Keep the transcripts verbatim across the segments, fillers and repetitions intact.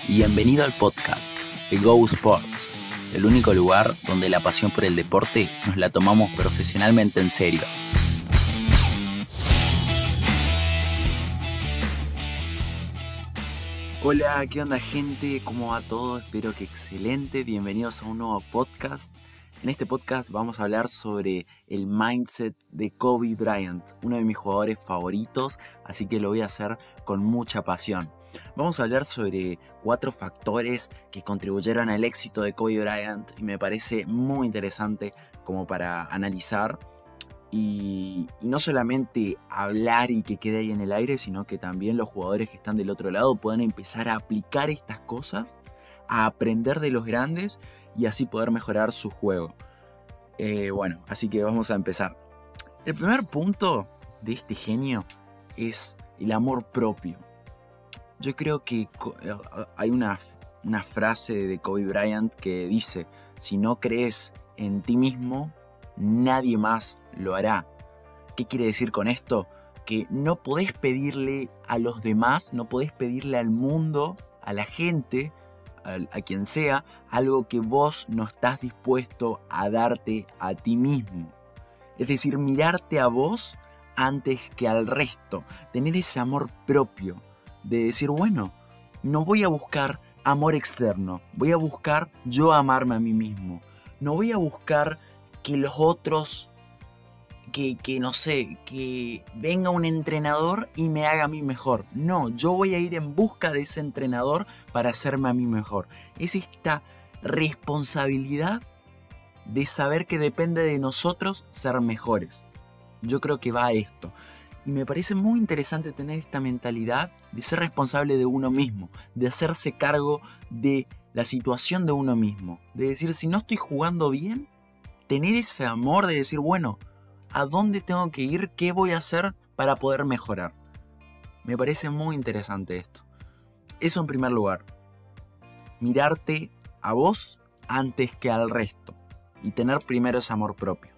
Bienvenido al podcast de Go Sports, el único lugar donde la pasión por el deporte nos la tomamos profesionalmente en serio. Hola, ¿qué onda gente? ¿Cómo va todo? Espero que excelente. Bienvenidos a un nuevo podcast. En este podcast vamos a hablar sobre el mindset de Kobe Bryant, uno de mis jugadores favoritos, así que lo voy a hacer con mucha pasión. Vamos a hablar sobre cuatro factores que contribuyeron al éxito de Kobe Bryant y me parece muy interesante como para analizar y, y no solamente hablar y que quede ahí en el aire, sino que también los jugadores que están del otro lado puedan empezar a aplicar estas cosas, a aprender de los grandes y así poder mejorar su juego. Eh, bueno, así que vamos a empezar. El primer punto de este genio es el amor propio. Yo creo que hay una, una frase de Kobe Bryant que dice: si no crees en ti mismo, nadie más lo hará. ¿Qué quiere decir con esto? Que no podés pedirle a los demás, no podés pedirle al mundo, a la gente, a, a quien sea, algo que vos no estás dispuesto a darte a ti mismo. Es decir, mirarte a vos antes que al resto, tener ese amor propio. De decir, bueno, no voy a buscar amor externo, voy a buscar yo amarme a mí mismo. No voy a buscar que los otros, que, que no sé, que venga un entrenador y me haga a mí mejor. No, yo voy a ir en busca de ese entrenador para hacerme a mí mejor. Es esta responsabilidad de saber que depende de nosotros ser mejores. Yo creo que va a esto. Y me parece muy interesante tener esta mentalidad de ser responsable de uno mismo, de hacerse cargo de la situación de uno mismo. De decir, si no estoy jugando bien, tener ese amor de decir, bueno, ¿a dónde tengo que ir? ¿Qué voy a hacer para poder mejorar? Me parece muy interesante esto. Eso en primer lugar. Mirarte a vos antes que al resto. Y tener primero ese amor propio.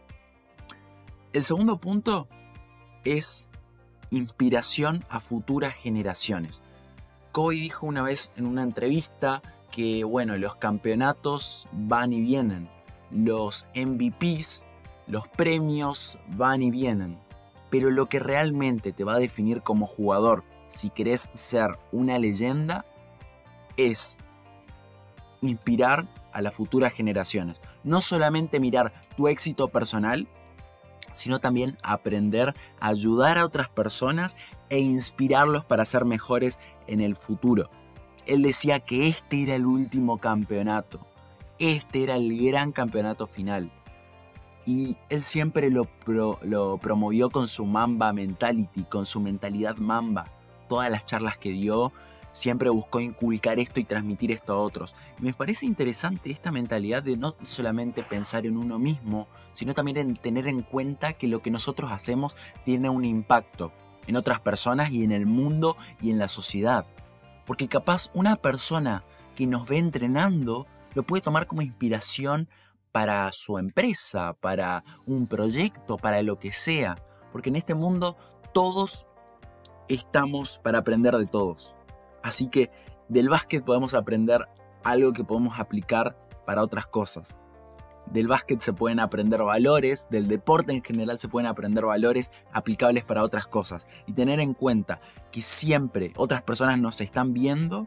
El segundo punto es inspiración a futuras generaciones. Kobe dijo una vez en una entrevista que, bueno, los campeonatos van y vienen, los M V Pes, los premios van y vienen, pero lo que realmente te va a definir como jugador, si querés ser una leyenda, es inspirar a las futuras generaciones. No solamente mirar tu éxito personal, sino también aprender a ayudar a otras personas e inspirarlos para ser mejores en el futuro. Él decía que este era el último campeonato, este era el gran campeonato final. Y él siempre lo, pro, lo promovió con su Mamba Mentality, con su mentalidad Mamba. Todas las charlas que dio, siempre buscó inculcar esto y transmitir esto a otros. Y me parece interesante esta mentalidad de no solamente pensar en uno mismo, sino también en tener en cuenta que lo que nosotros hacemos tiene un impacto en otras personas y en el mundo y en la sociedad. Porque capaz una persona que nos ve entrenando lo puede tomar como inspiración para su empresa, para un proyecto, para lo que sea. Porque en este mundo todos estamos para aprender de todos. Así que del básquet podemos aprender algo que podemos aplicar para otras cosas. Del básquet se pueden aprender valores, del deporte en general se pueden aprender valores aplicables para otras cosas. Y tener en cuenta que siempre otras personas nos están viendo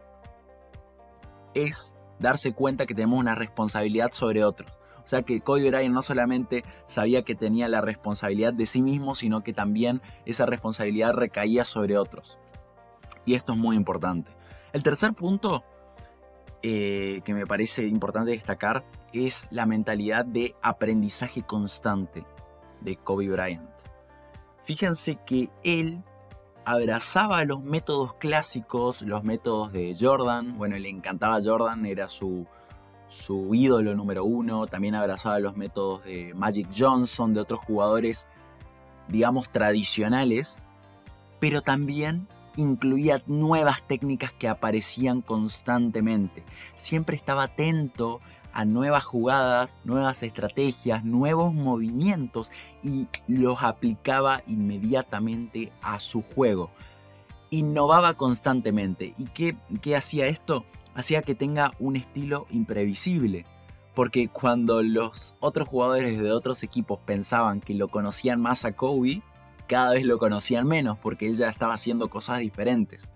es darse cuenta que tenemos una responsabilidad sobre otros. O sea que Kobe Bryant no solamente sabía que tenía la responsabilidad de sí mismo, sino que también esa responsabilidad recaía sobre otros. Y esto es muy importante. El tercer punto eh, que me parece importante destacar es la mentalidad de aprendizaje constante de Kobe Bryant. Fíjense que él abrazaba los métodos clásicos, los métodos de Jordan. Bueno, le encantaba Jordan, era su, su ídolo número uno. También abrazaba los métodos de Magic Johnson, de otros jugadores, digamos, tradicionales. Pero también incluía nuevas técnicas que aparecían constantemente. Siempre estaba atento a nuevas jugadas, nuevas estrategias, nuevos movimientos y los aplicaba inmediatamente a su juego. Innovaba constantemente. ¿Y qué, qué hacía esto? hacía que tenga un estilo imprevisible. Porque cuando los otros jugadores de otros equipos pensaban que lo conocían más a Kobe, cada vez lo conocían menos porque él ya estaba haciendo cosas diferentes.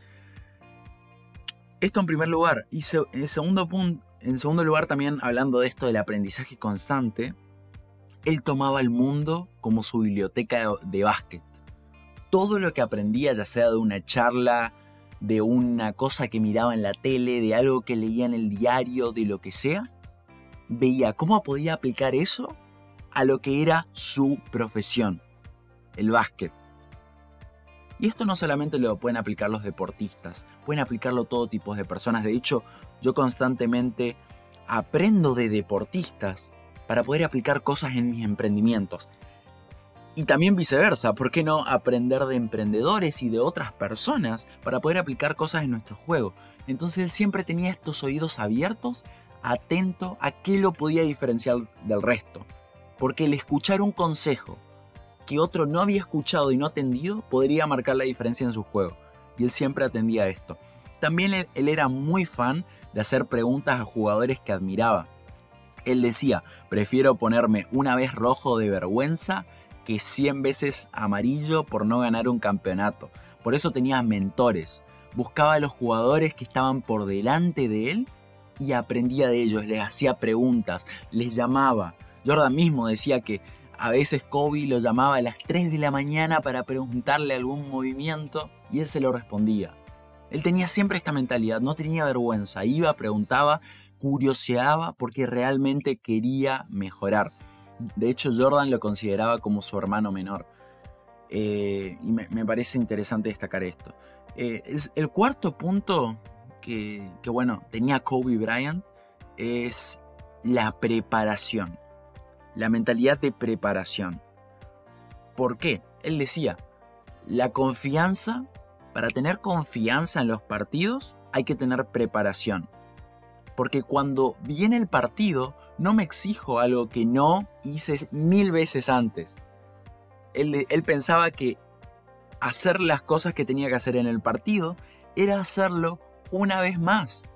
Esto en primer lugar. Y se, en, segundo punto, en segundo lugar también, hablando de esto del aprendizaje constante, él tomaba el mundo como su biblioteca de, de básquet. Todo lo que aprendía, ya sea de una charla, de una cosa que miraba en la tele, de algo que leía en el diario, de lo que sea, veía cómo podía aplicar eso a lo que era su profesión, el básquet. Y esto no solamente lo pueden aplicar los deportistas, pueden aplicarlo todo tipo de personas. De hecho, yo constantemente aprendo de deportistas para poder aplicar cosas en mis emprendimientos. Y también viceversa, ¿por qué no aprender de emprendedores y de otras personas para poder aplicar cosas en nuestro juego? Entonces él siempre tenía estos oídos abiertos, atento a qué lo podía diferenciar del resto. Porque el escuchar un consejo que otro no había escuchado y no atendido podría marcar la diferencia en su juego. Y él siempre atendía a esto. También él, él era muy fan de hacer preguntas a jugadores que admiraba. Él decía, prefiero ponerme una vez rojo de vergüenza que cien veces amarillo por no ganar un campeonato. Por eso tenía mentores. Buscaba a los jugadores que estaban por delante de él y aprendía de ellos, les hacía preguntas, les llamaba. Jordan mismo decía que a veces Kobe lo llamaba a las tres de la mañana para preguntarle algún movimiento y él se lo respondía. Él tenía siempre esta mentalidad, no tenía vergüenza, iba, preguntaba, curioseaba porque realmente quería mejorar. De hecho, Jordan lo consideraba como su hermano menor. Eh, y me, me parece interesante destacar esto. Eh, es, el cuarto punto que, que, bueno, tenía Kobe Bryant es la preparación. La mentalidad de preparación. ¿Por qué? Él decía, la confianza, para tener confianza en los partidos hay que tener preparación. Porque cuando viene el partido, no me exijo algo que no hice mil veces antes. Él, él pensaba que hacer las cosas que tenía que hacer en el partido era hacerlo una vez más.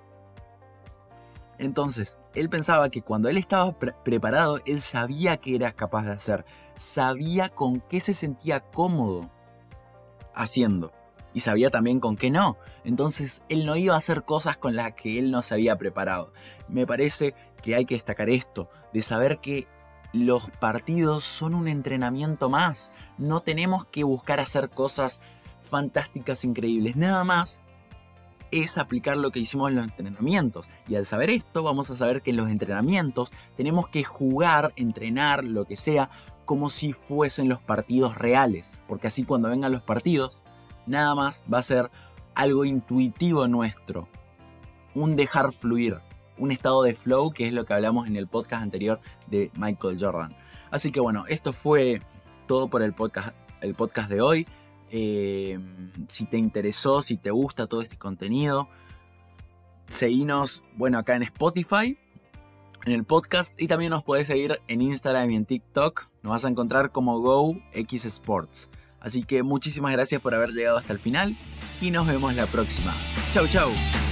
Entonces, él pensaba que cuando él estaba pre- preparado, él sabía qué era capaz de hacer. Sabía con qué se sentía cómodo haciendo. Y sabía también con qué no. Entonces él no iba a hacer cosas con las que él no se había preparado. Me parece que hay que destacar esto, de saber que los partidos son un entrenamiento más. No tenemos que buscar hacer cosas fantásticas, increíbles. Nada más es aplicar lo que hicimos en los entrenamientos. Y al saber esto, vamos a saber que en los entrenamientos tenemos que jugar, entrenar, lo que sea, como si fuesen los partidos reales. Porque así cuando vengan los partidos, nada más va a ser algo intuitivo nuestro, un dejar fluir, un estado de flow, que es lo que hablamos en el podcast anterior de Michael Jordan. Así que bueno, esto fue todo por el podcast, el podcast de hoy. Eh, si te interesó, si te gusta todo este contenido, seguinos, bueno, acá en Spotify, en el podcast, y también nos podés seguir en Instagram y en TikTok. Nos vas a encontrar como GoXSports. Así que muchísimas gracias por haber llegado hasta el final y nos vemos la próxima. Chau, chau.